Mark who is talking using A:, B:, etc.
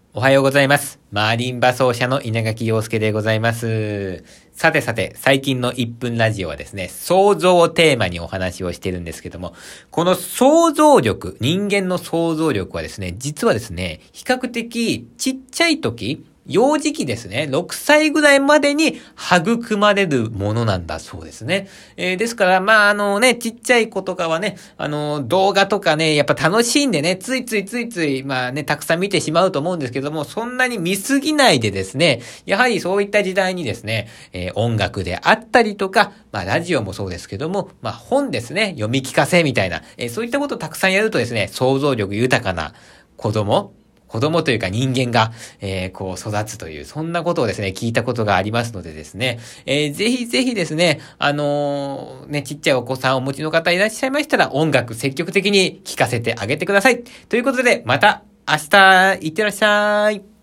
A: おはようございます。マーリンバ奏者の稲垣陽介でございます。さて、最近の1分ラジオはですね、想像をテーマにお話をしているんですけども、この想像力、人間の想像力はですね、実はですね、比較的ちっちゃい時、幼児期ですね、6歳ぐらいまでに育まれるものなんだそうですね。ですから、ちっちゃい子とかはね、動画とかね、やっぱ楽しんでね、ついつい、たくさん見てしまうと思うんですけども、そんなに見すぎないでですね、やはりそういった時代にですね、音楽であったりとか、ラジオもそうですけども、本ですね、読み聞かせみたいな、そういったことをたくさんやるとですね、想像力豊かな子供というか人間が、育つという、そんなことをですね、聞いたことがありますのでですね、ぜひぜひですね、ちっちゃいお子さんをお持ちの方いらっしゃいましたら、音楽積極的に聞かせてあげてください。ということで、また明日、いってらっしゃい。